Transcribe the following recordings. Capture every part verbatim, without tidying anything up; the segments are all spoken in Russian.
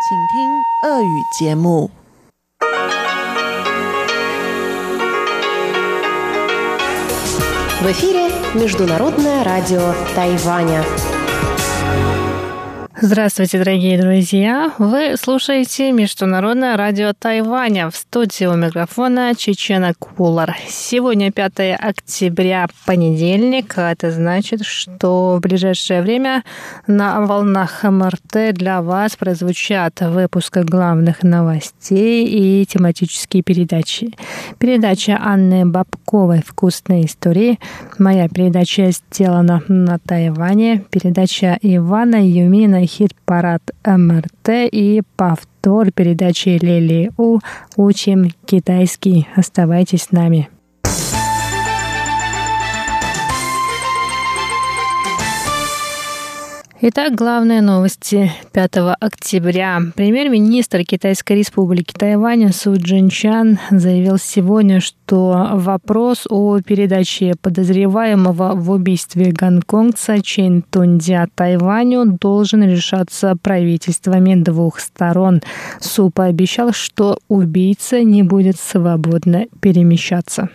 请听俄语节目。 В эфире Международное радио Тайваня. Здравствуйте, дорогие друзья! Вы слушаете Международное радио Тайваня. В студии у микрофона Чечена Кулар. Сегодня пятое октября, понедельник. Это значит, что в ближайшее время на волнах эм эр тэ для вас прозвучат выпуски главных новостей и тематические передачи. Передача Анны Бабковой «Вкусные истории». Моя передача «Сделана на Тайване». Передача Ивана Юмина «Хит-парад эм эр тэ» и повтор передачи Лили У «Учим китайский». Оставайтесь с нами. Итак, главные новости пятого октября. Премьер-министр Китайской республики Тайвань Су Чжэньчан заявил сегодня, что вопрос о передаче подозреваемого в убийстве гонконгца Чен Тундзя Тайваню должен решаться правительствами двух сторон. Су пообещал, что убийца не будет свободно перемещаться.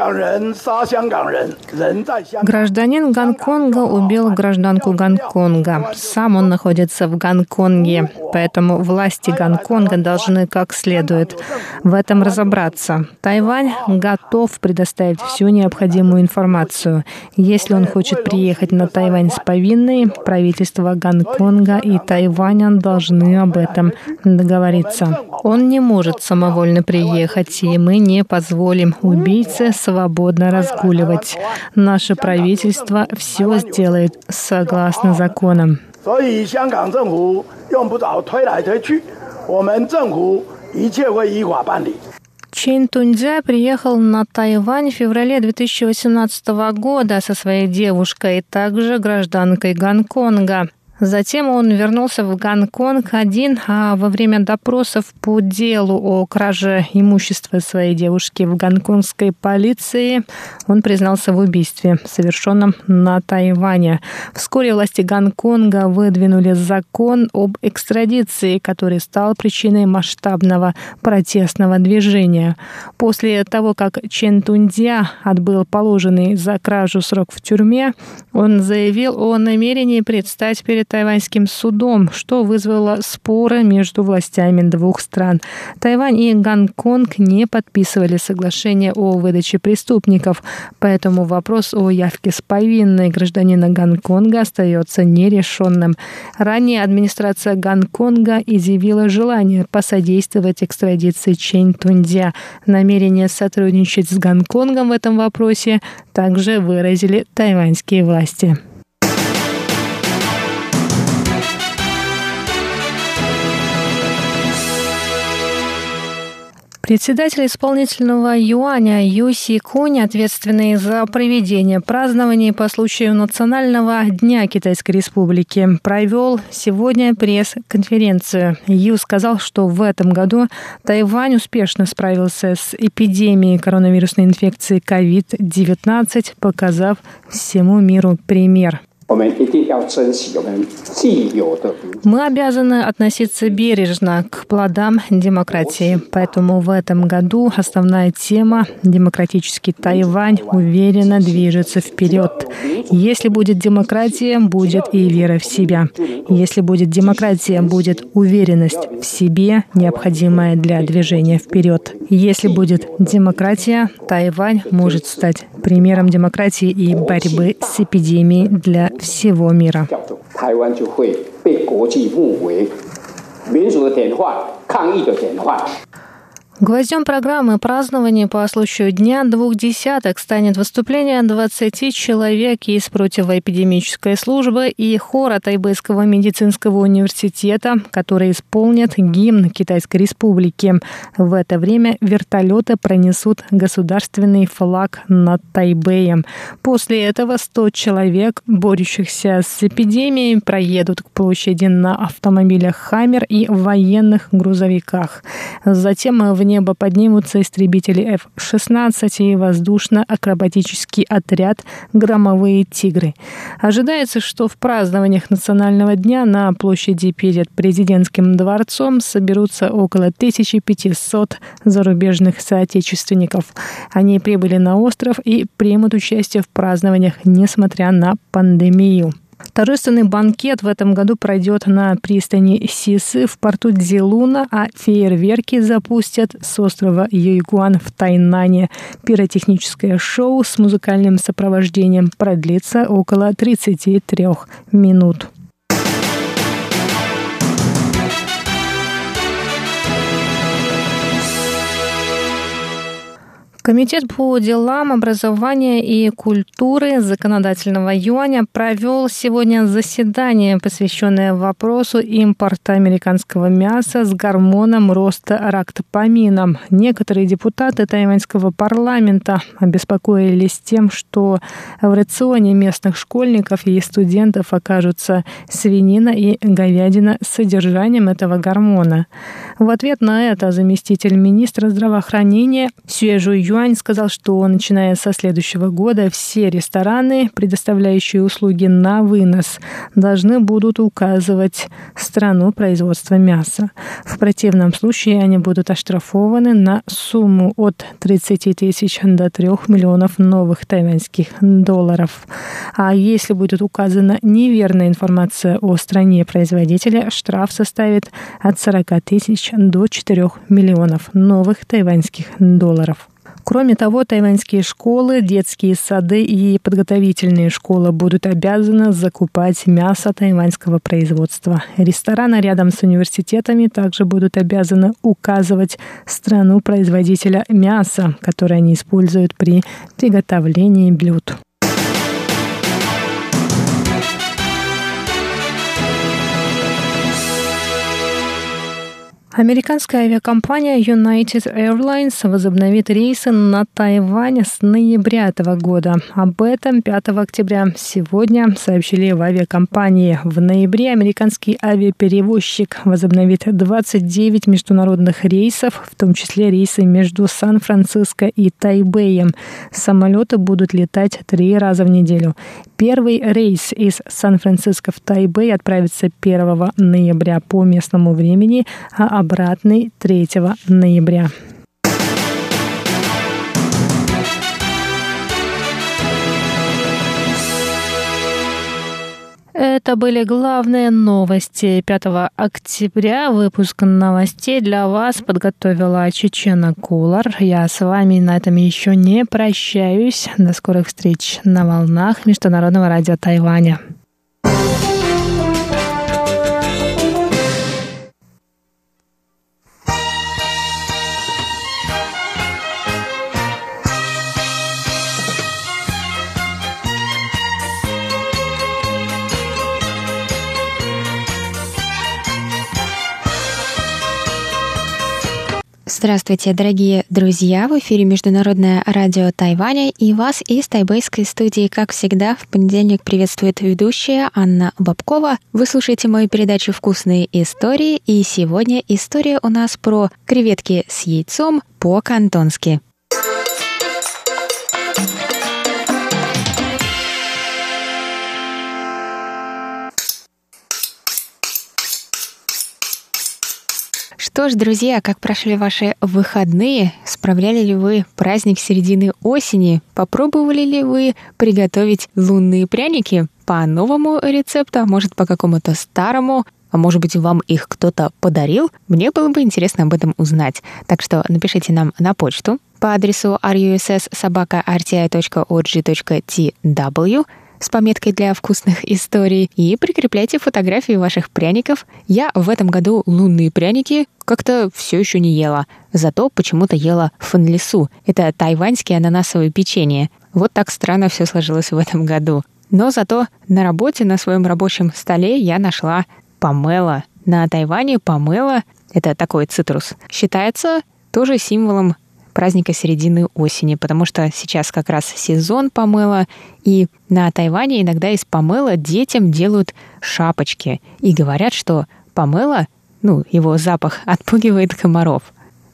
Гражданин Гонконга убил гражданку Гонконга. Сам он находится в Гонконге, поэтому власти Гонконга должны как следует в этом разобраться. Тайвань готов предоставить всю необходимую информацию. Если он хочет приехать на Тайвань с повинной, правительства Гонконга и Тайваня должны об этом договориться. Он не может самовольно приехать, и мы не позволим убийце свободно разгуливать. Наше правительство все сделает согласно законам. Чен Тундзя приехал на Тайвань в феврале две тысячи восемнадцатого года со своей девушкой, также гражданкой Гонконга. Затем он вернулся в Гонконг один, а во время допросов по делу о краже имущества своей девушки в гонконгской полиции он признался в убийстве, совершенном на Тайване. Вскоре власти Гонконга выдвинули закон об экстрадиции, который стал причиной масштабного протестного движения. После того, как Чен Тундзя отбыл положенный за кражу срок в тюрьме, он заявил о намерении предстать перед тайваньским судом, что вызвало споры между властями двух стран. Тайвань и Гонконг не подписывали соглашение о выдаче преступников, поэтому вопрос о явке с повинной гражданина Гонконга остается нерешенным. Ранее администрация Гонконга изъявила желание посодействовать экстрадиции Чен Тундзя. Намерение сотрудничать с Гонконгом в этом вопросе также выразили тайваньские власти. Председатель исполнительного юаня Ю Си Кунь, ответственный за проведение празднований по случаю Национального дня Китайской Республики, провел сегодня пресс-конференцию. Ю сказал, что в этом году Тайвань успешно справился с эпидемией коронавирусной инфекции ковид девятнадцать, показав всему миру пример. Мы обязаны относиться бережно к плодам демократии. Поэтому в этом году основная тема «Демократический Тайвань» уверенно движется вперед. Если будет демократия, будет и вера в себя. Если будет демократия, будет уверенность в себе, необходимая для движения вперед. Если будет демократия, Тайвань может стать примером демократии и борьбы с эпидемией для всего мира. Гвоздем программы празднования по случаю Дня двух десяток станет выступление двадцати человек из противоэпидемической службы и хора Тайбэйского медицинского университета, которые исполнят гимн Китайской Республики. В это время вертолеты пронесут государственный флаг над Тайбэем. После этого сто человек, борющихся с эпидемией, проедут к площади на автомобилях «Хаммер» и военных грузовиках. Затем в небо поднимутся истребители эф шестнадцать и воздушно-акробатический отряд «Громовые тигры». Ожидается, что в празднованиях Национального дня на площади перед президентским дворцом соберутся около тысячи пятисот зарубежных соотечественников. Они прибыли на остров и примут участие в празднованиях, несмотря на пандемию. Торжественный банкет в этом году пройдет на пристани Сисы в порту Цзилуна, а фейерверки запустят с острова Юйгуан в Тайнане. Пиротехническое шоу с музыкальным сопровождением продлится около тридцати трёх минут. Комитет по делам образования и культуры законодательного юаня провел сегодня заседание, посвященное вопросу импорта американского мяса с гормоном роста рактопамином. Некоторые депутаты тайваньского парламента обеспокоились тем, что в рационе местных школьников и студентов окажутся свинина и говядина с содержанием этого гормона. В ответ на это заместитель министра здравоохранения Сюэ Жуй Юань сказал, что начиная со следующего года все рестораны, предоставляющие услуги на вынос, должны будут указывать страну производства мяса. В противном случае они будут оштрафованы на сумму от тридцати тысяч до трёх миллионов новых тайваньских долларов. А если будет указана неверная информация о стране производителя, штраф составит от сорока тысяч до четырёх миллионов новых тайваньских долларов. Кроме того, тайваньские школы, детские сады и подготовительные школы будут обязаны закупать мясо тайваньского производства. Рестораны рядом с университетами также будут обязаны указывать страну производителя мяса, которое они используют при приготовлении блюд. Американская авиакомпания United Airlines возобновит рейсы на Тайвань с ноября этого года. Об этом пятого октября сегодня сообщили в авиакомпании. В ноябре американский авиаперевозчик возобновит двадцать девять международных рейсов, в том числе рейсы между Сан-Франциско и Тайбэем. Самолеты будут летать три раза в неделю. Первый рейс из Сан-Франциско в Тайбэй отправится первого ноября по местному времени, а обратный третьего ноября. Это были главные новости пятого октября. Выпуск новостей для вас подготовила Чечена Кулар. Я с вами на этом еще не прощаюсь. До скорых встреч на волнах Международного радио Тайваня. Здравствуйте, дорогие друзья! В эфире Международное радио Тайваня, и вас из тайбэйской студии, как всегда, в понедельник приветствует ведущая Анна Бабкова. Вы слушаете мою передачу «Вкусные истории», и сегодня история у нас про креветки с яйцом по-кантонски. Что ж, друзья, как прошли ваши выходные? Справляли ли вы праздник середины осени? Попробовали ли вы приготовить лунные пряники по новому рецепту, а может, по какому-то старому? А может быть, вам их кто-то подарил? Мне было бы интересно об этом узнать. Так что напишите нам на почту по адресу ар ю эс эс собака ар ти ай точка о джи точка ти дабл ю с пометкой для вкусных историй и прикрепляйте фотографии ваших пряников. Я в этом году лунные пряники как-то все еще не ела, зато почему-то ела фэнлису. Это тайваньское ананасовое печенье. Вот так странно все сложилось в этом году. Но зато на работе, на своем рабочем столе я нашла помело. На Тайване помело, это такой цитрус, считается тоже символом праздника середины осени, потому что сейчас как раз сезон помело, и на Тайване иногда из помело детям делают шапочки. И говорят, что помело, ну, его запах отпугивает комаров.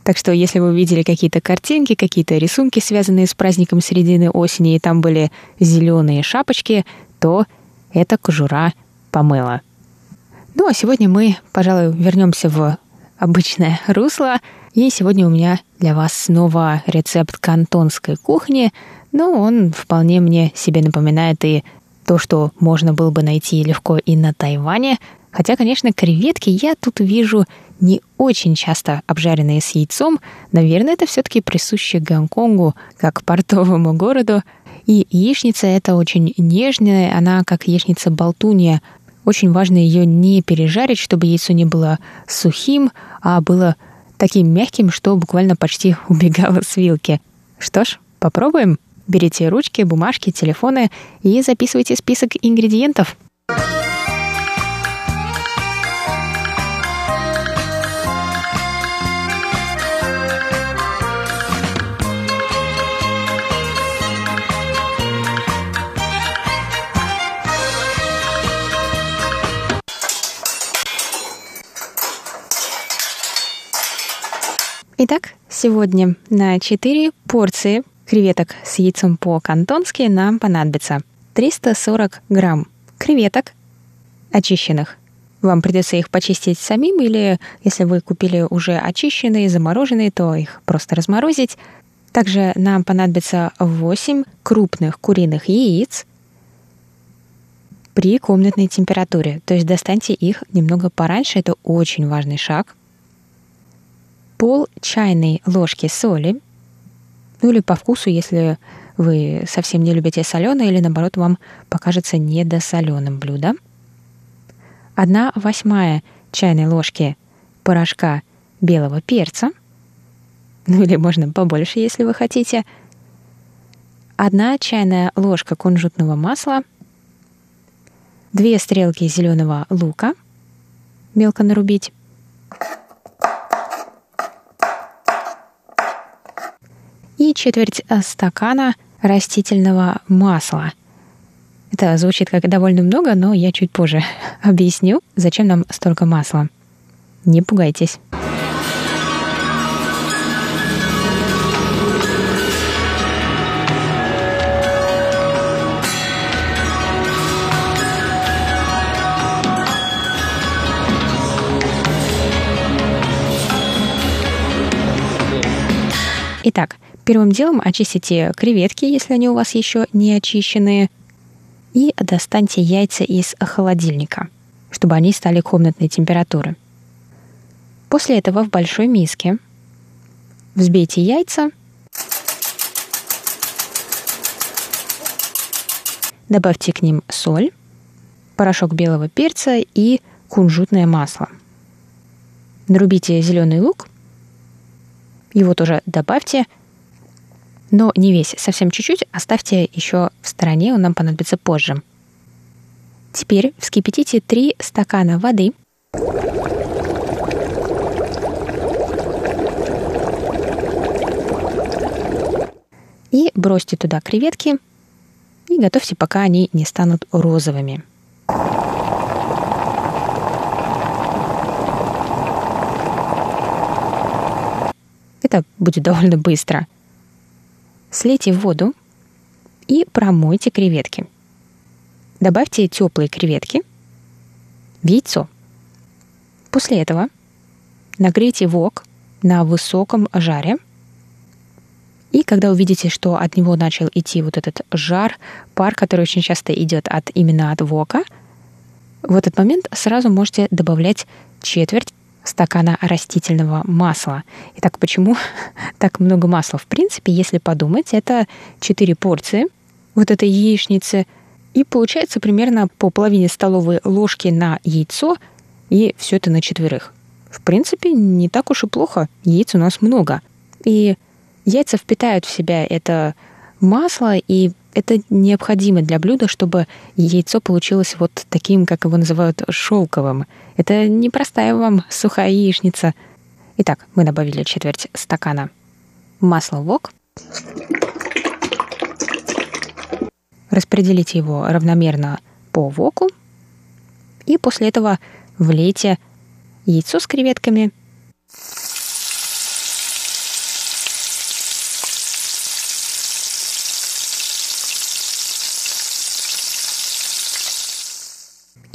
Так что, если вы увидели какие-то картинки, какие-то рисунки, связанные с праздником середины осени, и там были зеленые шапочки, то это кожура помыла. Ну, а сегодня мы, пожалуй, вернемся в обычное русло. И сегодня у меня для вас снова рецепт кантонской кухни, но он вполне мне себе напоминает и то, что можно было бы найти легко и на Тайване. Хотя, конечно, креветки я тут вижу не очень часто обжаренные с яйцом. Наверное, это все-таки присуще Гонконгу, как портовому городу. И яичница эта очень нежная, она как яичница-болтунья. Очень важно ее не пережарить, чтобы яйцо не было сухим, а было таким мягким, что буквально почти убегало с вилки. Что ж, попробуем. Берите ручки, бумажки, телефоны и записывайте список ингредиентов. Итак, сегодня на четыре порции креветок с яйцом по-кантонски нам понадобится триста сорок грамм креветок очищенных. Вам придется их почистить самим, или если вы купили уже очищенные, замороженные, то их просто разморозить. Также нам понадобится восемь крупных куриных яиц при комнатной температуре. То есть достаньте их немного пораньше, это очень важный шаг. Пол чайной ложки соли, ну или по вкусу, если вы совсем не любите соленое, или наоборот вам покажется недосоленым блюдо. Одна восьмая чайной ложки порошка белого перца, ну или можно побольше, если вы хотите. Одна чайная ложка кунжутного масла, две стрелки зеленого лука, мелко нарубить, и четверть стакана растительного масла. Это звучит как довольно много, но я чуть позже объясню, зачем нам столько масла. Не пугайтесь. Итак, первым делом очистите креветки, если они у вас еще не очищенные, и достаньте яйца из холодильника, чтобы они стали комнатной температуры. После этого в большой миске взбейте яйца, добавьте к ним соль, порошок белого перца и кунжутное масло. Нарубите зеленый лук, его тоже добавьте, но не весь, совсем чуть-чуть, оставьте еще в стороне, он нам понадобится позже. Теперь вскипятите три стакана воды. И бросьте туда креветки и готовьте, пока они не станут розовыми. Это будет довольно быстро. Слейте воду и промойте креветки. Добавьте теплые креветки в яйцо. После этого нагрейте вок на высоком жаре. И когда увидите, что от него начал идти вот этот жар, пар, который очень часто идет от, именно от вока, в этот момент сразу можете добавлять четверть стакана растительного масла. Итак, почему так много масла? В принципе, если подумать, это четыре порции вот этой яичницы, и получается примерно по половине столовой ложки на яйцо, и все это на четверых. В принципе, не так уж и плохо. Яиц у нас много. И яйца впитают в себя это масло, и это необходимо для блюда, чтобы яйцо получилось вот таким, как его называют, шелковым. Это не простая вам сухая яичница. Итак, мы добавили четверть стакана масла вок. Распределите его равномерно по воку. И после этого влейте яйцо с креветками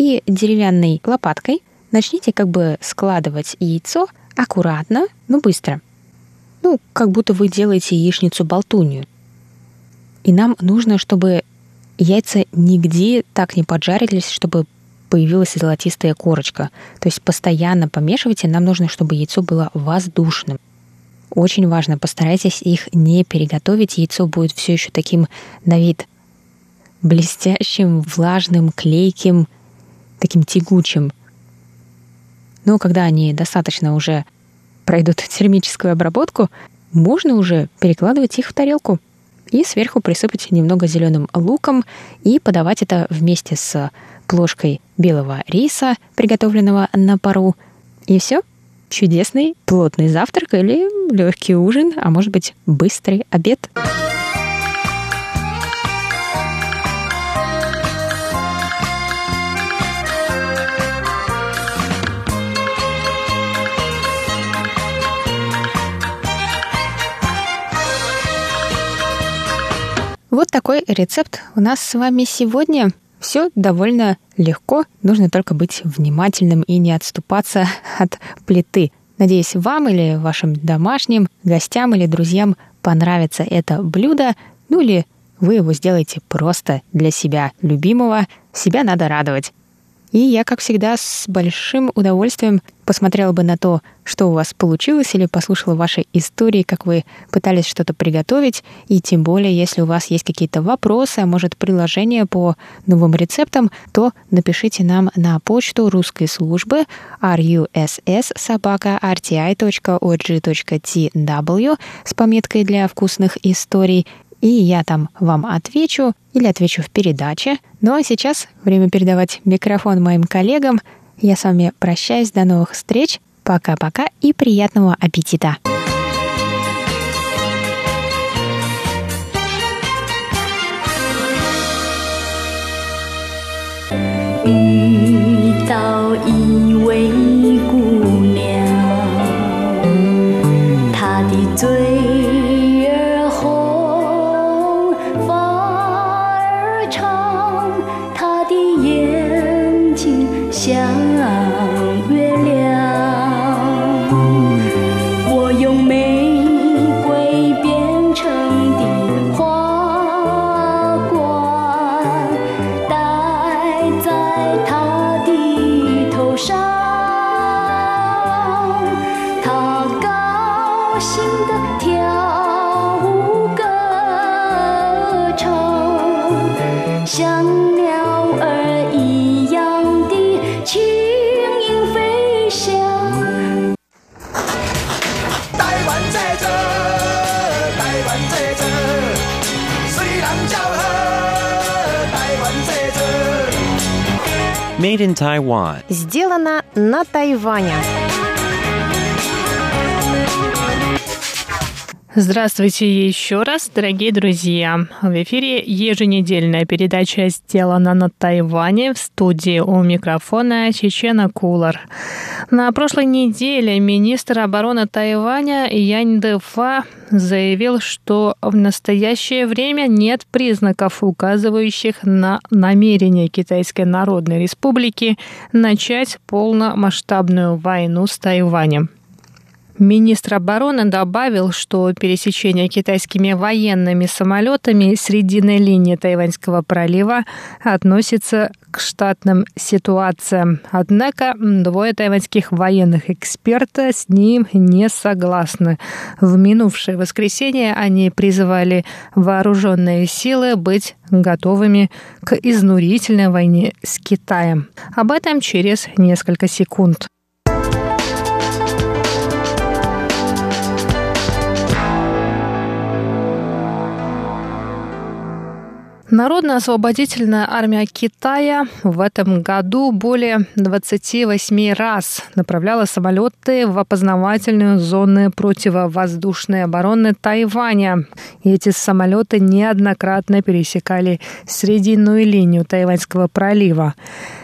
и деревянной лопаткой начните как бы складывать яйцо аккуратно, но быстро. Ну, как будто вы делаете яичницу-болтунью. И нам нужно, чтобы яйца нигде так не поджарились, чтобы появилась золотистая корочка. То есть постоянно помешивайте. Нам нужно, чтобы яйцо было воздушным. Очень важно, постарайтесь их не переготовить. Яйцо будет все еще таким на вид блестящим, влажным, клейким, таким тягучим. Но когда они достаточно уже пройдут термическую обработку, можно уже перекладывать их в тарелку и сверху присыпать немного зеленым луком и подавать это вместе с плошкой белого риса, приготовленного на пару. И все. Чудесный плотный завтрак или легкий ужин, а может быть быстрый обед. Вот такой рецепт у нас с вами сегодня. Все довольно легко, нужно только быть внимательным и не отступаться от плиты. Надеюсь, вам или вашим домашним, гостям или друзьям понравится это блюдо, ну или вы его сделаете просто для себя любимого. Себя надо радовать. И я, как всегда, с большим удовольствием посмотрела бы на то, что у вас получилось, или послушала ваши истории, как вы пытались что-то приготовить. И тем более, если у вас есть какие-то вопросы, а может, приложения по новым рецептам, то напишите нам на почту русской службы russ собака эр ти ай точка орг точка ти дабл ю с пометкой для вкусных историй. И я там вам отвечу или отвечу в передаче. Ну а сейчас время передавать микрофон моим коллегам. Я с вами прощаюсь. До новых встреч. Пока-пока и приятного аппетита! Made in Taiwan. Сделано на Тайване. Здравствуйте еще раз, дорогие друзья! В эфире еженедельная передача «Сделано на Тайване», в студии у микрофона Чечена Кулар. На прошлой неделе министр обороны Тайваня Янь Дэфа заявил, что в настоящее время нет признаков, указывающих на намерение Китайской Народной Республики начать полномасштабную войну с Тайванем. Министр обороны добавил, что пересечение китайскими военными самолетами срединной линии Тайваньского пролива относится к штатным ситуациям. Однако двое тайваньских военных экспертов с ним не согласны. В минувшее воскресенье они призывали вооруженные силы быть готовыми к изнурительной войне с Китаем. Об этом через несколько секунд. Народно-освободительная армия Китая в этом году более двадцати восьми раз направляла самолеты в опознавательную зону противовоздушной обороны Тайваня. И эти самолеты неоднократно пересекали срединную линию Тайваньского пролива.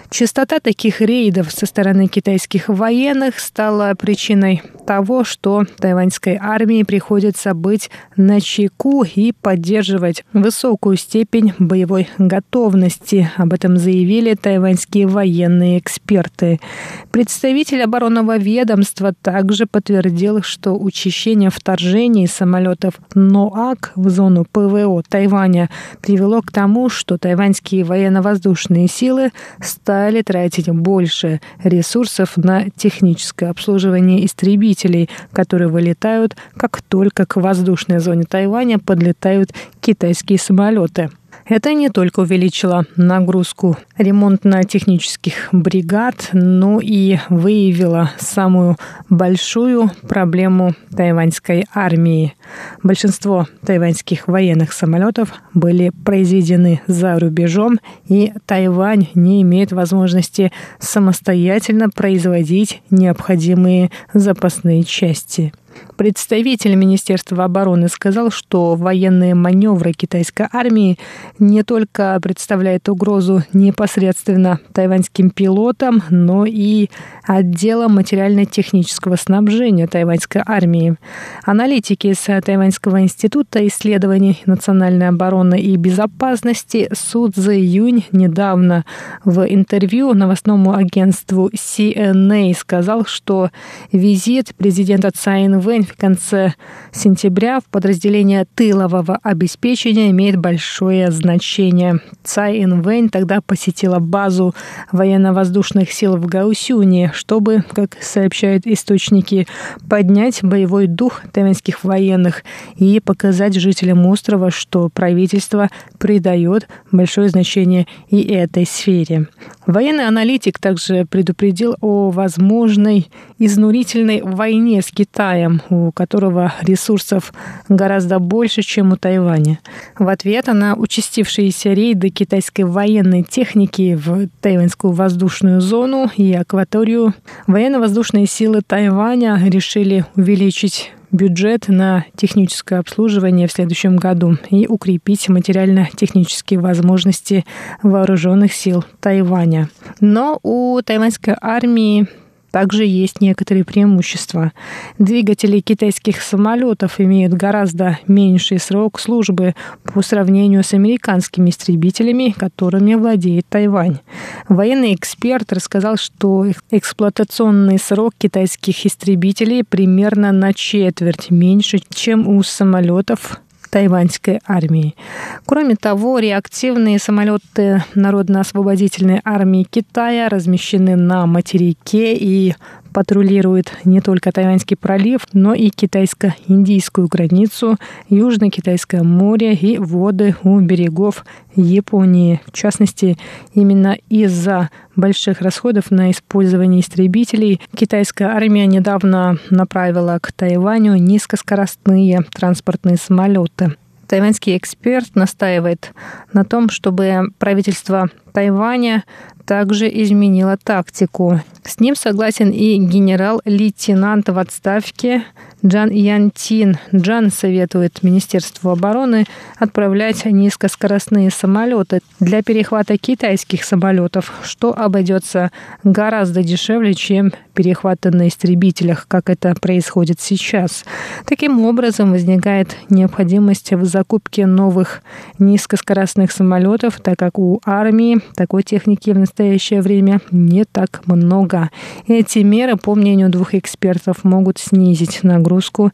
Частота таких рейдов со стороны китайских военных стала причиной того, что тайваньской армии приходится быть начеку и поддерживать высокую степень боевой готовности. Об этом заявили тайваньские военные эксперты. Представитель оборонного ведомства также подтвердил, что учащение вторжений самолетов НОАК в зону ПВО Тайваня привело к тому, что тайваньские военно-воздушные силы стали стали тратить больше ресурсов на техническое обслуживание истребителей, которые вылетают, как только к воздушной зоне Тайваня подлетают китайские самолеты. Это не только увеличило нагрузку ремонтно-технических бригад, но и выявило самую большую проблему тайваньской армии. Большинство тайваньских военных самолетов были произведены за рубежом, и Тайвань не имеет возможности самостоятельно производить необходимые запасные части. Представитель Министерства обороны сказал, что военные маневры китайской армии не только представляют угрозу непосредственно тайваньским пилотам, но и отделам материально-технического снабжения тайваньской армии. Аналитики из Тайваньского института исследований национальной обороны и безопасности Су Цзэ-Юнь недавно в интервью новостному агентству Си Эн Эй сказал, что визит президента Цай Инвэнь в конце сентября в подразделение тылового обеспечения имеет большое значение. Цай Инвэнь тогда посетила базу военно-воздушных сил в Гаосюне, чтобы, как сообщают источники, поднять боевой дух тайваньских военных и показать жителям острова, что правительство придает большое значение и этой сфере. Военный аналитик также предупредил о возможной изнурительной войне с Китаем, у которого ресурсов гораздо больше, чем у Тайваня. В ответ на участившиеся рейды китайской военной техники в тайваньскую воздушную зону и акваторию, военно-воздушные силы Тайваня решили увеличить бюджет на техническое обслуживание в следующем году и укрепить материально-технические возможности вооруженных сил Тайваня. Но у тайваньской армии также есть некоторые преимущества. Двигатели китайских самолетов имеют гораздо меньший срок службы по сравнению с американскими истребителями, которыми владеет Тайвань. Военный эксперт рассказал, что эксплуатационный срок китайских истребителей примерно на четверть меньше, чем у самолетов тайваньской армии. Кроме того, реактивные самолеты Народно-освободительной армии Китая размещены на материке и патрулируют не только Тайваньский пролив, но и китайско-индийскую границу, Южно-Китайское море и воды у берегов Японии. В частности, именно из-за больших расходов на использование истребителей китайская армия недавно направила к Тайваню низкоскоростные транспортные самолеты. Тайваньский эксперт настаивает на том, чтобы правительство Тайваня также изменило тактику. С ним согласен и генерал-лейтенант в отставке Джан Янтин. Джан советует Министерству обороны отправлять низкоскоростные самолеты для перехвата китайских самолетов, что обойдется гораздо дешевле, чем перехваты на истребителях, как это происходит сейчас. Таким образом, возникает необходимость в закупке новых низкоскоростных самолетов, так как у армии такой техники в настоящее время не так много. Эти меры, по мнению двух экспертов, могут снизить нагрузку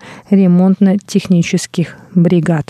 ремонтно-технических бригад.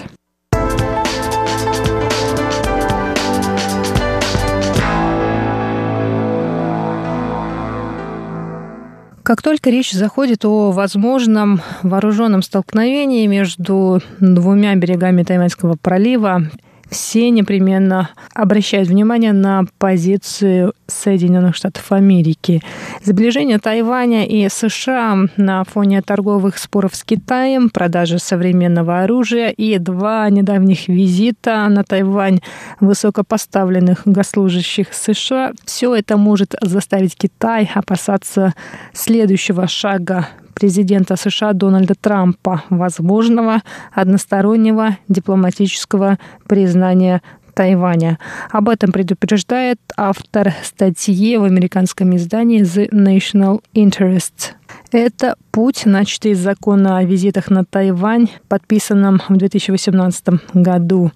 Как только речь заходит о возможном вооруженном столкновении между двумя берегами Тайваньского пролива, все непременно обращают внимание на позицию Соединенных Штатов Америки. Сближение Тайваня и США на фоне торговых споров с Китаем, продажи современного оружия и два недавних визита на Тайвань высокопоставленных госслужащих США – все это может заставить Китай опасаться следующего шага президента США Дональда Трампа, возможного одностороннего дипломатического признания Тайваня. Об этом предупреждает автор статьи в американском издании The National Interest. Это путь, начатый из закона о визитах на Тайвань, подписанном в две тысячи восемнадцатом году.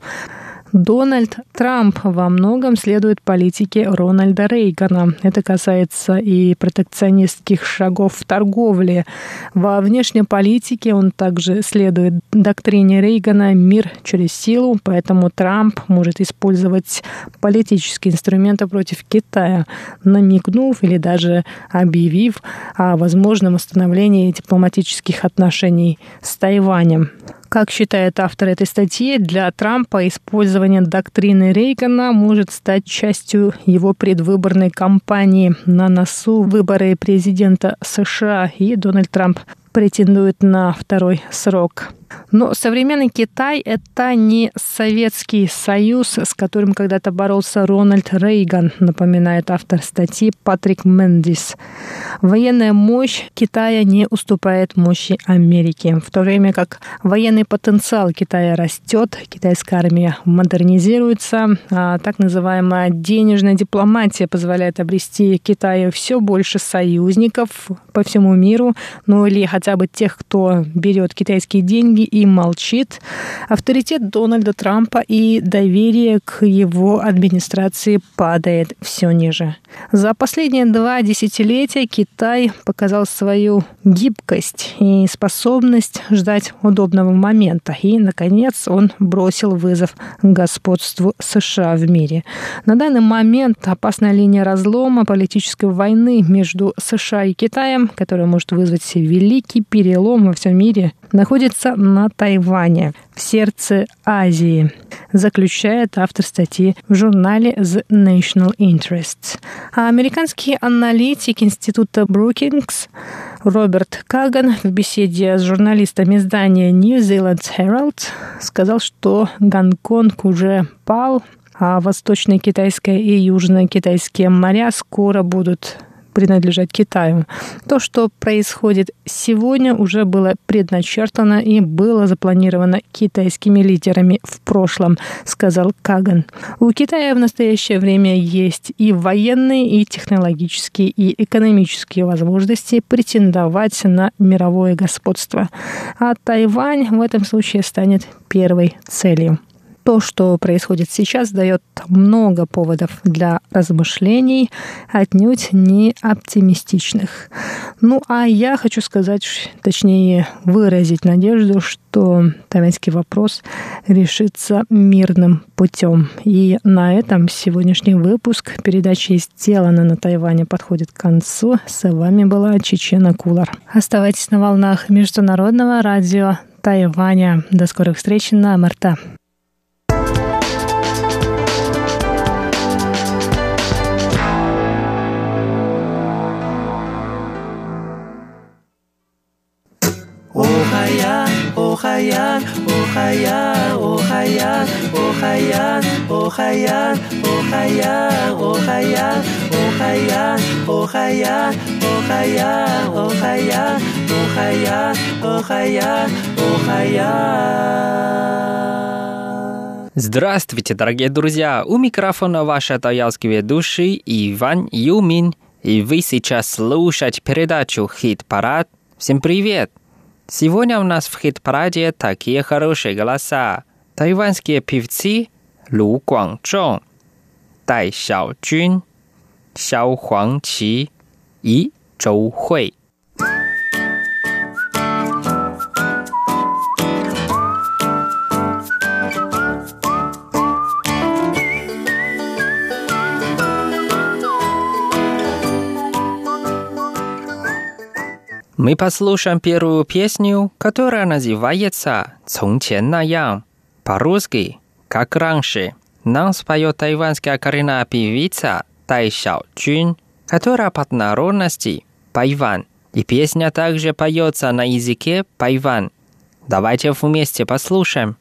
Дональд Трамп во многом следует политике Рональда Рейгана. Это касается и протекционистских шагов в торговле. Во внешней политике он также следует доктрине Рейгана «мир через силу», поэтому Трамп может использовать политические инструменты против Китая, намекнув или даже объявив о возможном установлении дипломатических отношений с Тайванем. Как считает автор этой статьи, для Трампа использование доктрины Рейгана может стать частью его предвыборной кампании. На носу выборы президента США, и Дональд Трамп претендует на второй срок. Но современный Китай – это не Советский Союз, с которым когда-то боролся Рональд Рейган, напоминает автор статьи Патрик Мендис. Военная мощь Китая не уступает мощи Америки. В то время как военный потенциал Китая растет, китайская армия модернизируется, а так называемая денежная дипломатия позволяет обрести Китаю все больше союзников по всему миру, ну или хотя бы тех, кто берет китайские деньги и молчит. Авторитет Дональда Трампа и доверие к его администрации падает все ниже. За последние два десятилетия Китай показал свою гибкость и способность ждать удобного момента. И, наконец, он бросил вызов господству США в мире. На данный момент опасная линия разлома политической войны между США и Китаем, которая может вызвать великий перелом во всем мире, находится на Тайване, в сердце Азии, заключает автор статьи в журнале The National Interest. А американский аналитик Института Брукингс Роберт Каган в беседе с журналистами издания New Zealand Herald сказал, что Гонконг уже пал, а восточно-китайское и южно-китайские моря скоро будут принадлежать Китаю. То, что происходит сегодня, уже было предначертано и было запланировано китайскими лидерами в прошлом, сказал Каган. У Китая в настоящее время есть и военные, и технологические, и экономические возможности претендовать на мировое господство. А Тайвань в этом случае станет первой целью. То, что происходит сейчас, дает много поводов для размышлений, отнюдь не оптимистичных. Ну, а я хочу сказать, точнее выразить надежду, что тайваньский вопрос решится мирным путем. И на этом сегодняшний выпуск передачи «Сделано на Тайване» подходит к концу. С вами была Чечена Кулар. Оставайтесь на волнах Международного радио Тайваня. До скорых встреч на МРТ. Охаян, охаян, охаян, охаян, охаян, охаян, охаян, охаян, охаян, охаян, охаян, охаян, охаян, охаян, охаян. Здравствуйте, дорогие друзья! У микрофона ваш тайваньский ведущий Иван Юмин, и вы сейчас слушаете передачу «Хит-парад». Всем привет! Сегодня у нас в хит-параде такие хорошие голоса. Тайваньские певцы Лу Гуанчжоу, Дай Сяожун, Сяо Хуангqi и Зhou Hui. Мы послушаем первую песню, которая называется «从前那样». По-русски «Как раньше». Нам споет тайванская коренная певица Дай Сяожун, которая по народности пайван. И песня также поется на языке пайван. Давайте вместе послушаем.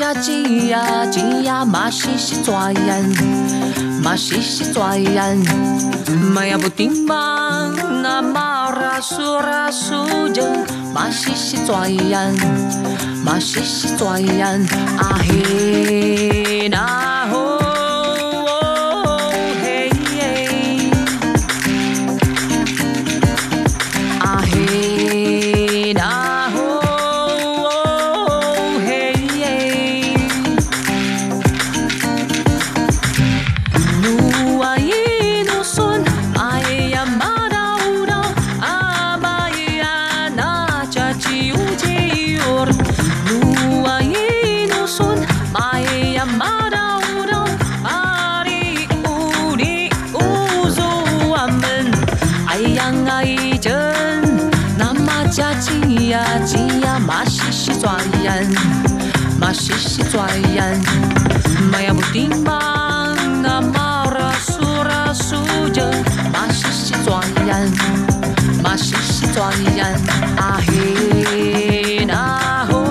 家鸡呀鸡呀马西西抓人，马西西抓人，马呀不丁嘛那马拉苏拉苏着，马西西抓人，马西西抓人，啊嘿那吼。鸡呀鸡呀马西西抓人，马西西抓人，马呀不丁嘛那马拉苏拉苏着，马西西抓人，马西西抓人，啊嘿那吼。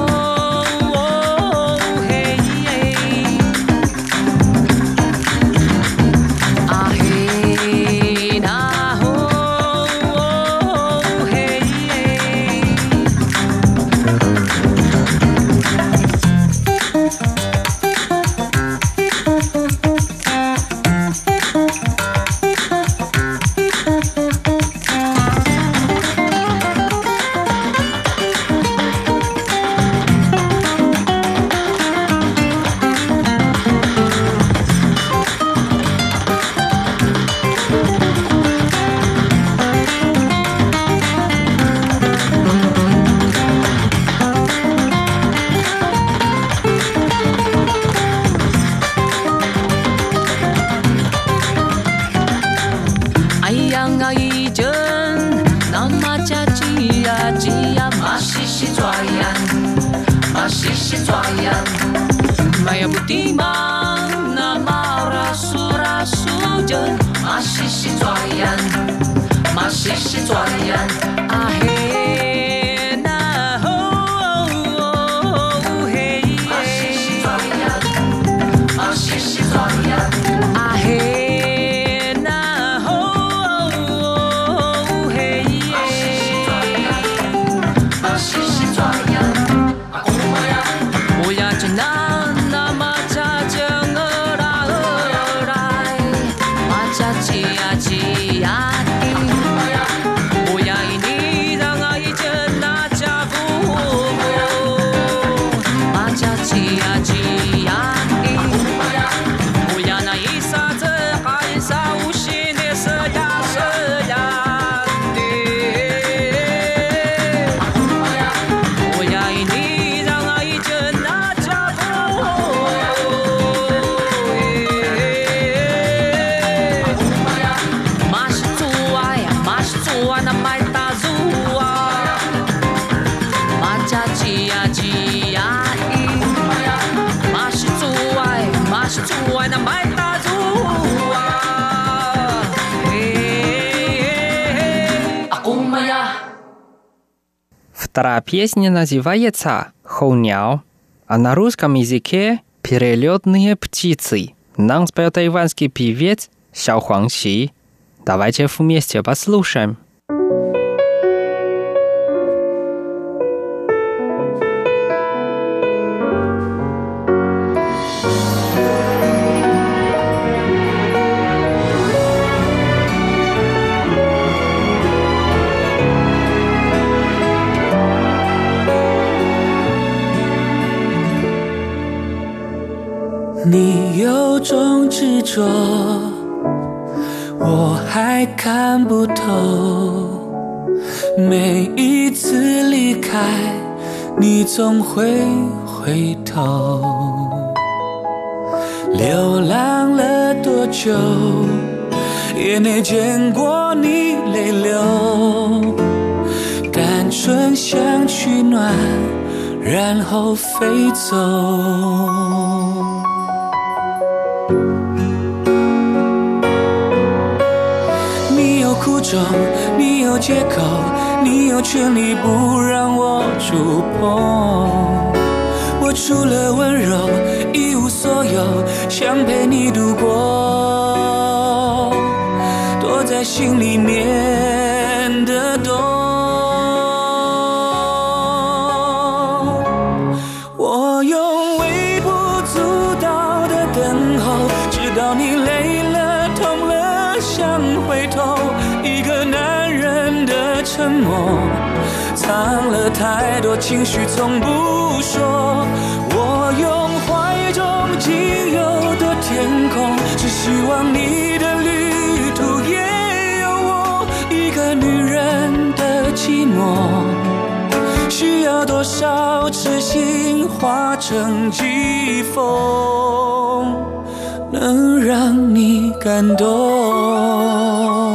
Вторая песня называется «Хоуняо», а на русском языке «Перелетные птицы». Нам споет тайванский певец Сяо Хуангси. Давайте вместе послушаем. 你有种执着，我还看不透。每一次离开，你总会回头。流浪了多久，也没见过你泪流。单纯想取暖，然后飞走。苦衷，你有借口，你有权利不让我触碰。我除了温柔一无所有，想陪你度过躲在心里面的洞。我用微不足道的等候，直到你累了痛了想回头。一个男人的沉默，藏了太多情绪从不说。我用怀中仅有的天空，只希望你的旅途也有我。一个女人的寂寞，需要多少痴心化成疾风，能让你感动。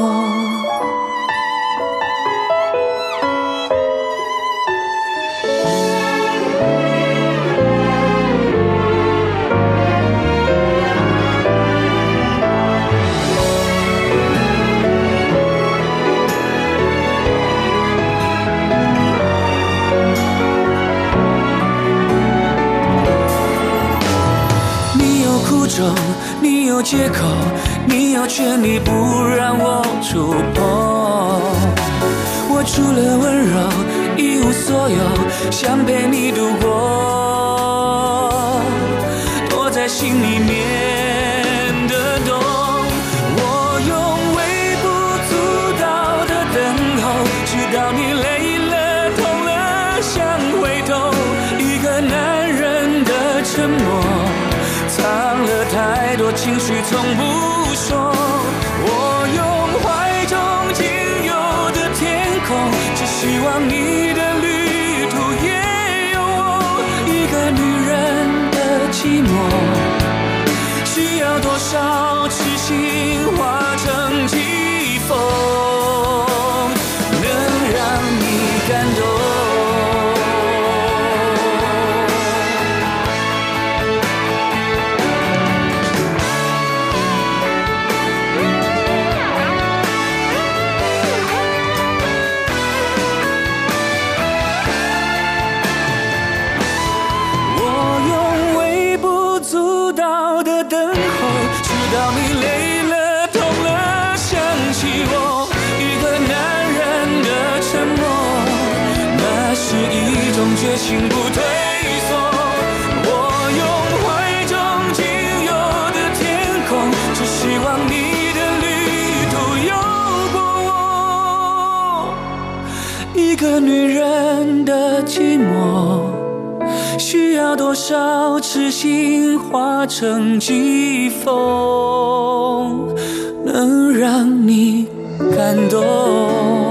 你有借口，你有权利不让我触碰。我除了温柔一无所有，想陪你度过躲在心里面的洞。我用微不足道的等候，直到你累了痛了想回头。一个男人的沉默，藏了太多情绪从不说。我用怀中仅有的天空，只希望你的旅途也有我。一个女人的寂寞，需要多少痴心化成疾风，能让你感动。决心不退缩，我用怀中仅有的天空，只希望你的旅途有过我。一个女人的寂寞，需要多少痴心化成疾风，能让你感动。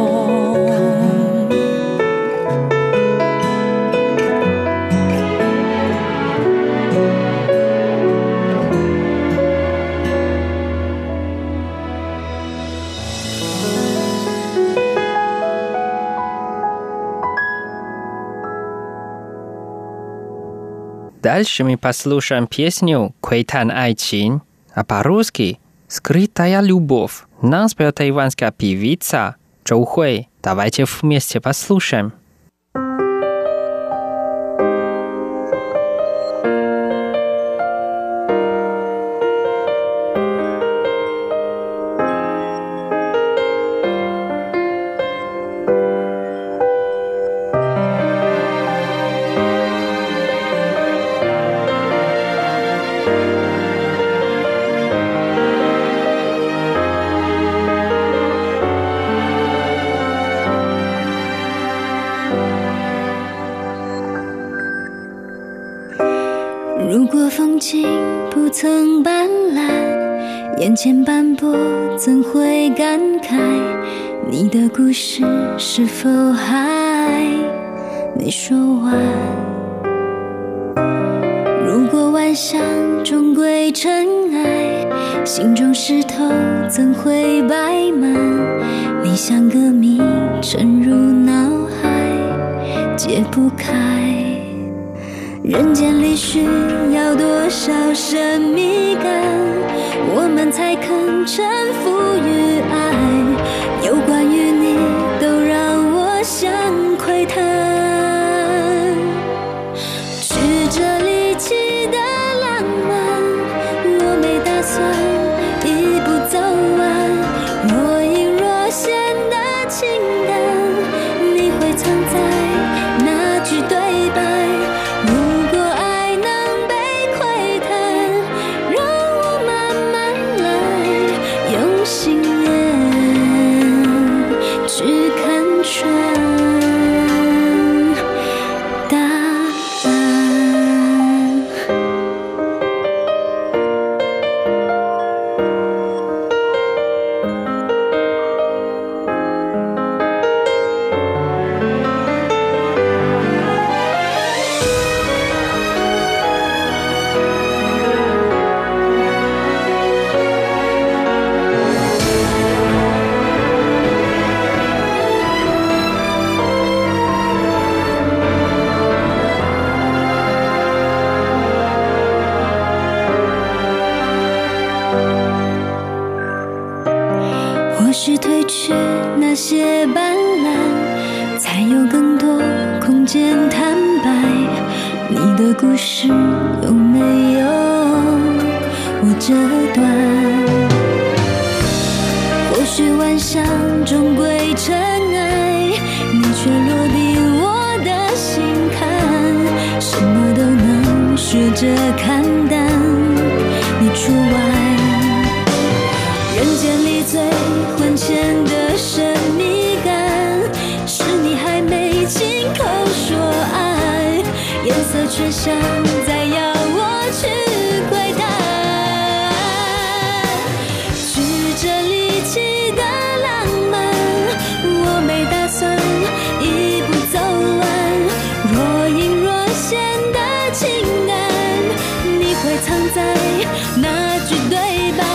Дальше мы послушаем песню «Квейтан Айчин», а по-русски «Скрытая любовь». Нам споет тайванская певица Чжоу Хуэй. Давайте вместе послушаем. 如果风景不曾斑斓，眼前斑驳怎会感慨？你的故事是否还没说完？如果万象终归尘埃，心中石头怎会摆满？理想歌迷沉入脑海，解不开。人间里需要多少神秘感，我们才肯臣服于爱？有关于你都让我想窥探，曲许褪去那些斑斓，才有更多空间坦白。你的故事有没有我这段？或许幻想终归尘埃，你却落地我的心坎，什么都能学着看淡，你除外。人间里最魂牵的神秘感，是你还没亲口说爱，颜色却像在要我去窥探。曲折离奇的浪漫，我没打算一步走完，若隐若现的情感，你会藏在哪句对白？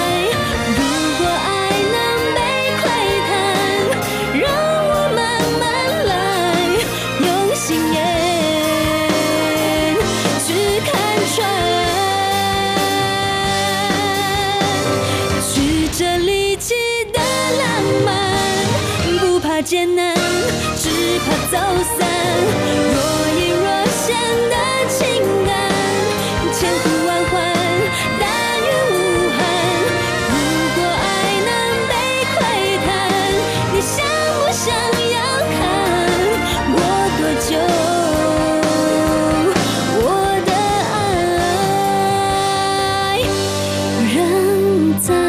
艰难，只怕走散。若隐若现的情感，千呼万唤，但愿无憾。如果爱能被窥探，你想不想要看过多久？我的爱仍在。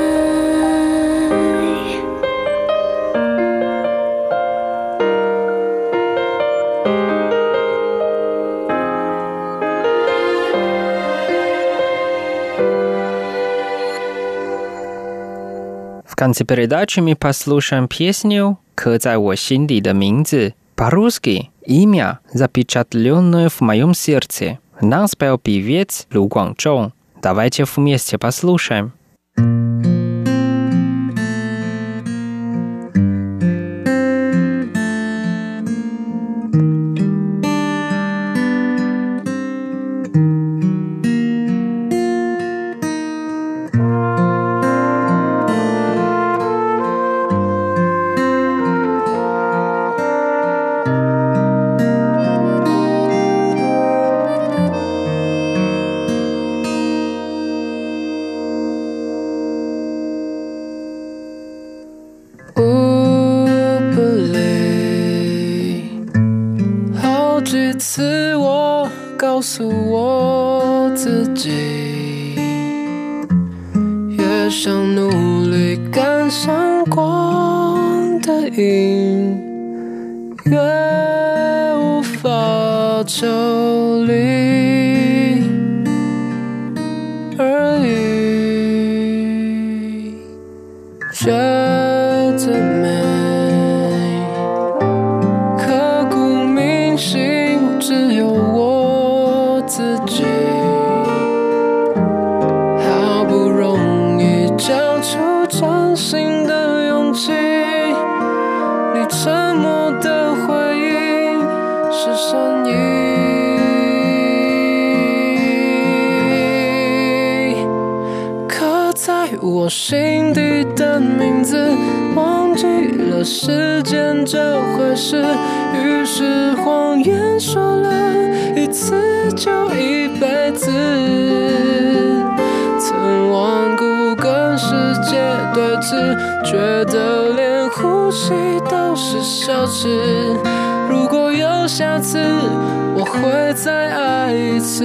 В конце передачи мы послушаем песню «К在我心里的名字». По-русски «Имя, запечатленное в моем сердце». Нам спел певец Лу Гуанчжоу. Давайте вместе послушаем. 告诉我自己，越想努力赶上光的影，越无法抽离而已，觉得美，刻骨铭心，只有我自己，好不容易交出真心的勇气，你沉默的回应是善意，刻在我心底的名字，忘记了时间这回事，于是谎言说了一次就一辈子，曾顽固跟世界对峙，觉得连呼吸都是奢侈，如果有下次我会再爱一次，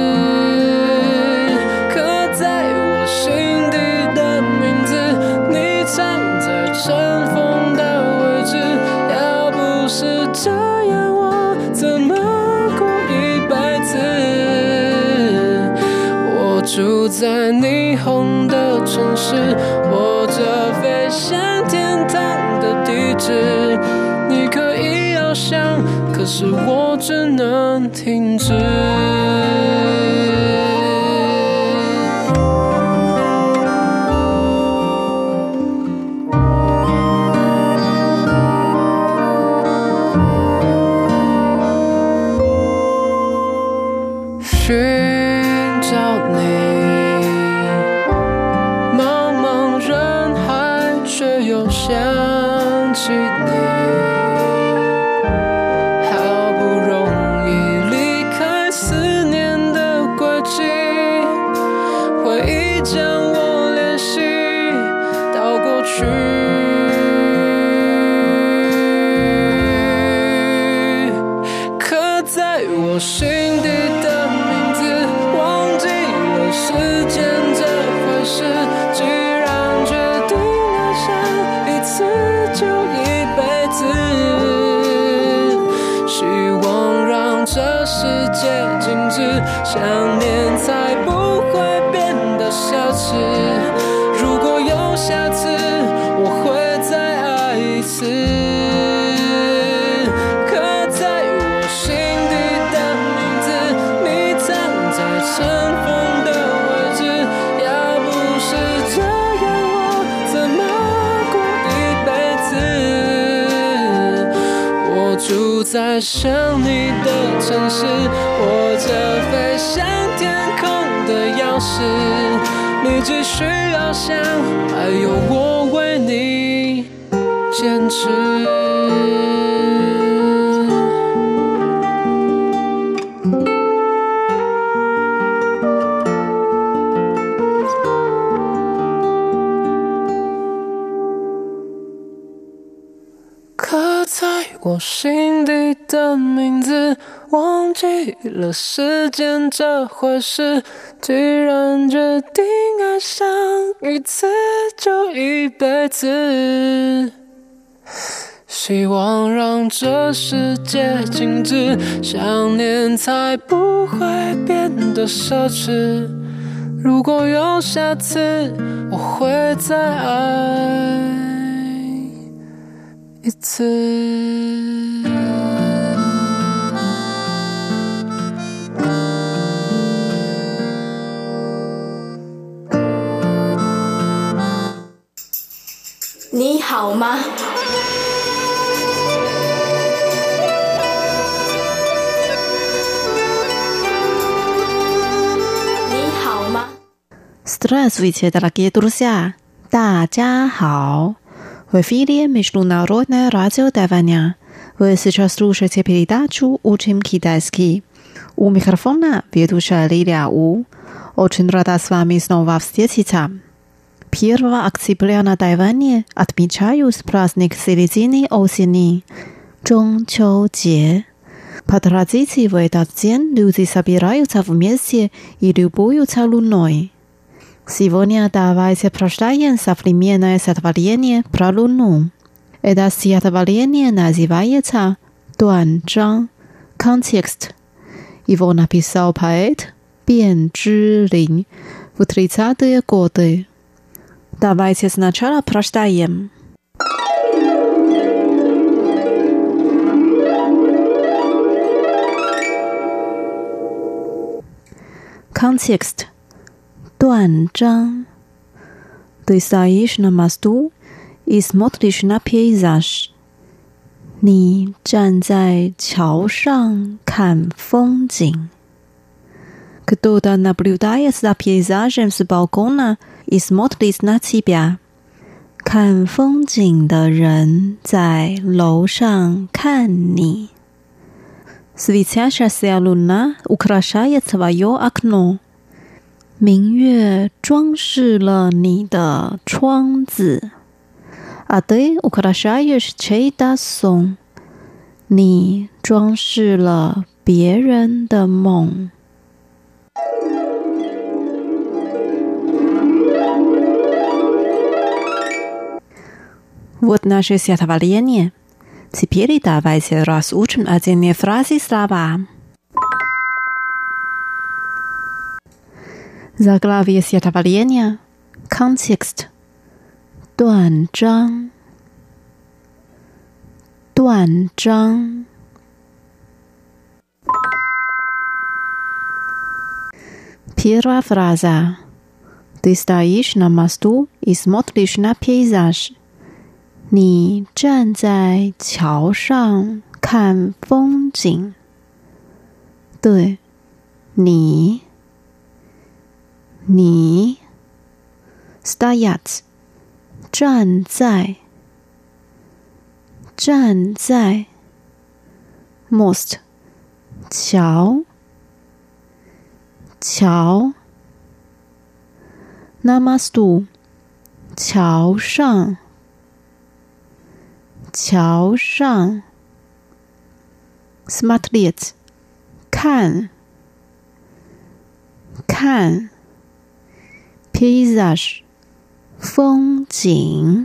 刻在我心底的名字，你藏在尘封的位置，要不是这样我怎么过一辈子，我住在霓虹的城市，握着飞向天堂的地址，你可以翱翔，可是我只能停止。寻找你，茫茫人海，却又是想起你，好不容易离开思念的轨迹，回忆将我联系到过去。刻在我心底的名字，忘记了时间这回事，既然决定爱上一次就一辈子，希望让这世界静止，想念才不会变得奢侈。如果有下次，我会再爱一次。刻在我心底的名字，你藏在尘封的位置，要不是这样，我怎么过一辈子？我住在想你的城市，握着飞向天空的钥匙，你只需要想，还有我为你坚持。刻在我心底的名字，忘记了时间这回事，既然决定爱上一次就一辈子，希望让这世界静止，想念才不会变得奢侈。如果有下次，我会再爱一次。 你好吗？你好吗？ Здравствуйте, дорогие друзья! 大家好! В эфире Международное радио Тайваня. Вы сейчас слушаете передачу «Учим китайский». У микрофона ведущая Лилия У. Очень рада с вами снова встретиться. первого октября на Тайване отмечают праздник середины осени – Чжонгчжоу-Jie. По традиции в этот день люди собираются вместе и любуются луной. Сегодня давайте прочитаем современное стихотворение про Луну. Это стихотворение называется «Дуанчжан». Контекст. Его написал поэт Биан Чжилин в тридцатые годы. Давайте сначала прочитаем. Контекст. Дуанчжан. Ты стоишь на мосту и смотришь на пейзаж. 你站在桥上看风景. Кто-то наблюдает за пейзажем с балкона и смотрит на тебя. 看风景的人在楼上看你. Светящаяся луна украшает твое окно. 明月装饰了你的窗子。А ты украшаешь чей-то сон. 你装饰了别人的梦。Вот наше стихотворение. Теперь давайте разучим отдельные фразы слова. Заглавие стихотворения. Контекст. 断章. 断章. Первая фраза. Ты стоишь на мосту и смотришь на пейзаж. 你站在桥上看风景。对，你，你 стоять 站在站在 most 桥桥 Namastu 桥上桥上 Smartliet 看看 Paysage 风景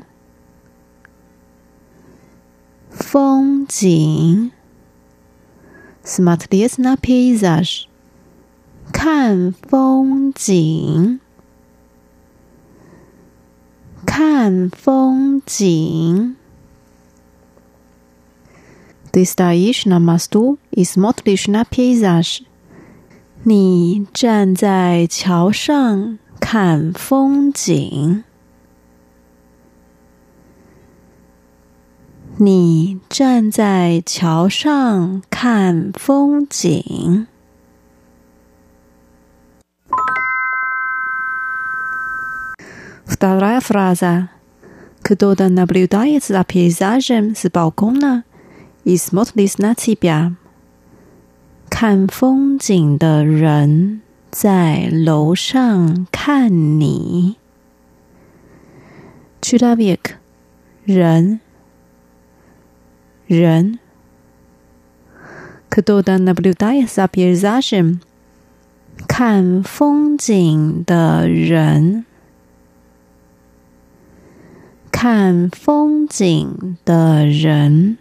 风景 Smartliet na paysage 看风景看风景 Ты стоишь на мосту и смотришь на пейзаж 你站在桥上看风景你站在桥上看风景 Вторая фраза. Кто-то наблюдает за пейзажем с балкона и смотрит на тебя. 看风景的人在楼上看你。Человек. 人人 Кто-то наблюдает за пейзажем 看风景的人看风景的人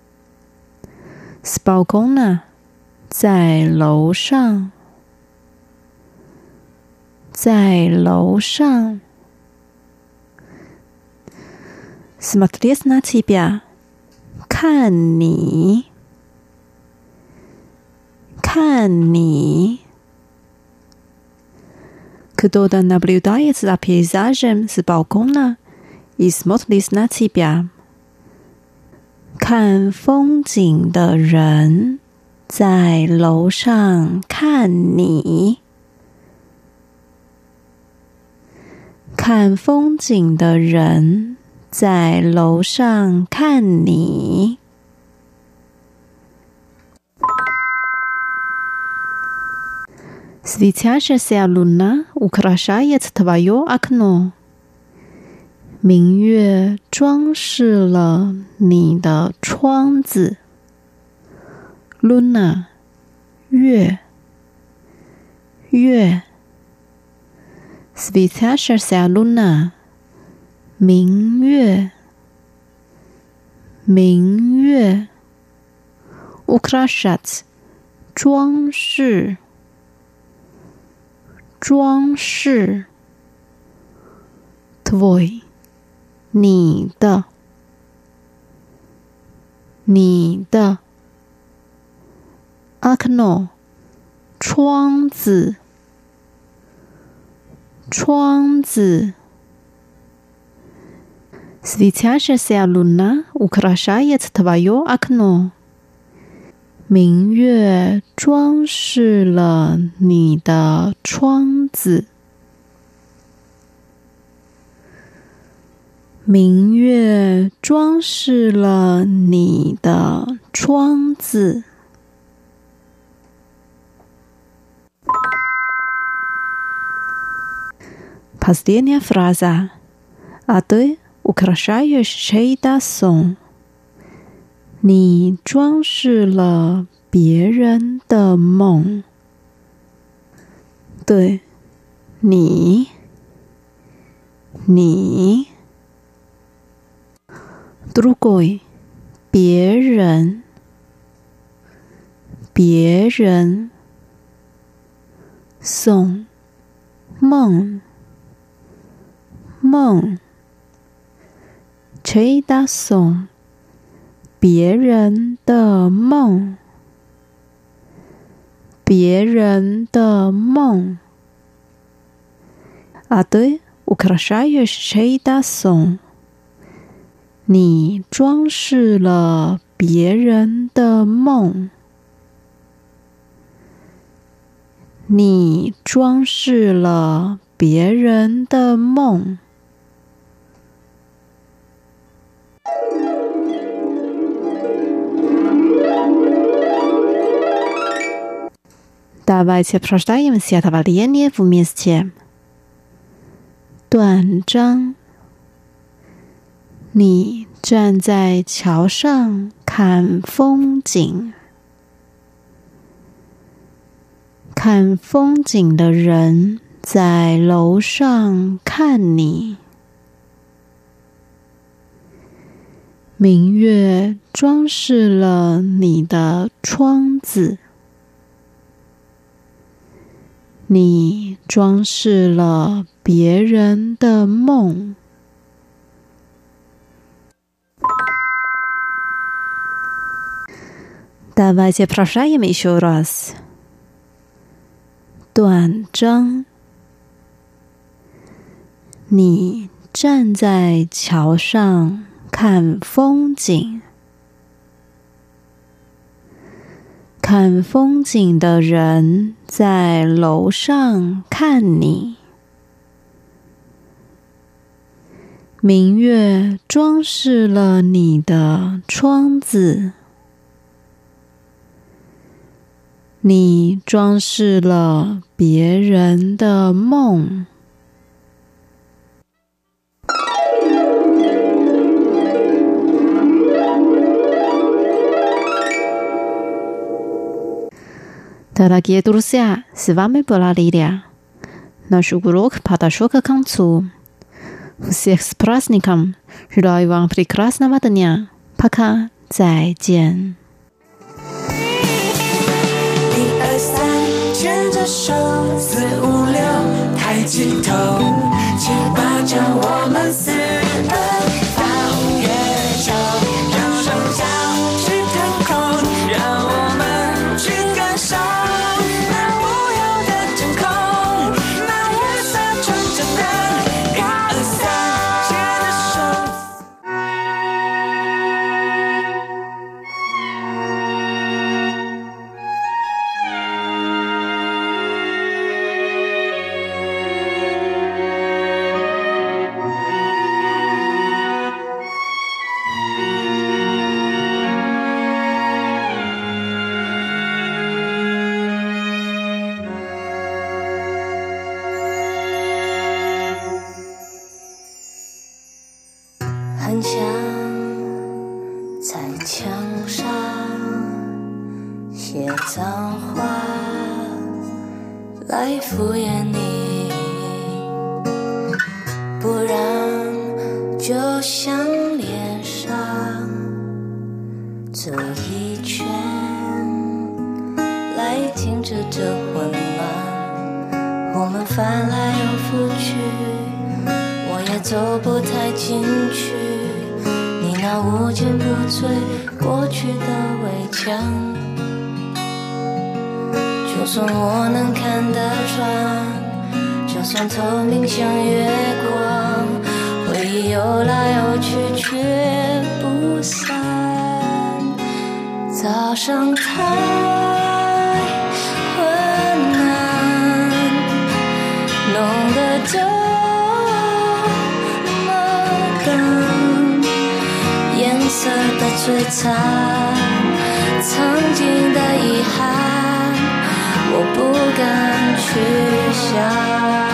с балкона 在楼上在楼上 смотреть на тебя 看你看你 Кто-то наблюдает за пейзажем с балкона и смотрит на тебя. 看风景的人在楼上看你。看风景的人在楼上看你。Светящаяся луна украшает твое окно. 明月装饰了你的窗子。Luna 月月 Светящаяся луна 明月明月 Украшать 装饰装饰 Твой 你的你的 Окно 窗子窗子 Светящаяся луна украшает твое окно. 明月装饰了你的窗子。明月装饰了你的窗子。Последняя фраза. А ты украшаешь чей-то сон. 你装饰了别人的梦。对，你，你。Другой 别人别人 Сон 梦梦 Чей-то сон 别人的梦别人的梦 А ты украшаешь чей-то сон你装饰了别人的梦。你装饰了别人的梦。 Давайте прочитаем стихотворение вместе. 断章，你站在桥上看风景，看风景的人在楼上看你。明月装饰了你的窗子，你装饰了别人的梦。Давайте прочитаем еще раз. 断章，你站在桥上看风景，看风景的人在楼上看你。明月装饰了你的窗子，你装饰了别人的梦。Дорогие друзья, с вами была Лилия. Наш урок подошел к концу. Всех с праздником! Желаю вам прекрасного дня. Пока, 再见。 一二三，牵着手，四五六，抬起头，七八九，我们四个放月球，让双脚去腾空，让我们去感受那无忧的天空，那月色纯真的。一二三，牵着手。 很想在墙上写脏话来敷衍你，不然就像脸上走一圈来停止这混乱，我们翻来又覆去，我也走不太进去，你那无坚不摧过去的围墙，就算我能看得穿，就算透明像月光，回忆游来游去却不散，早上太昏暗，弄得这颜色的摧残，曾经的遗憾，我不敢去想。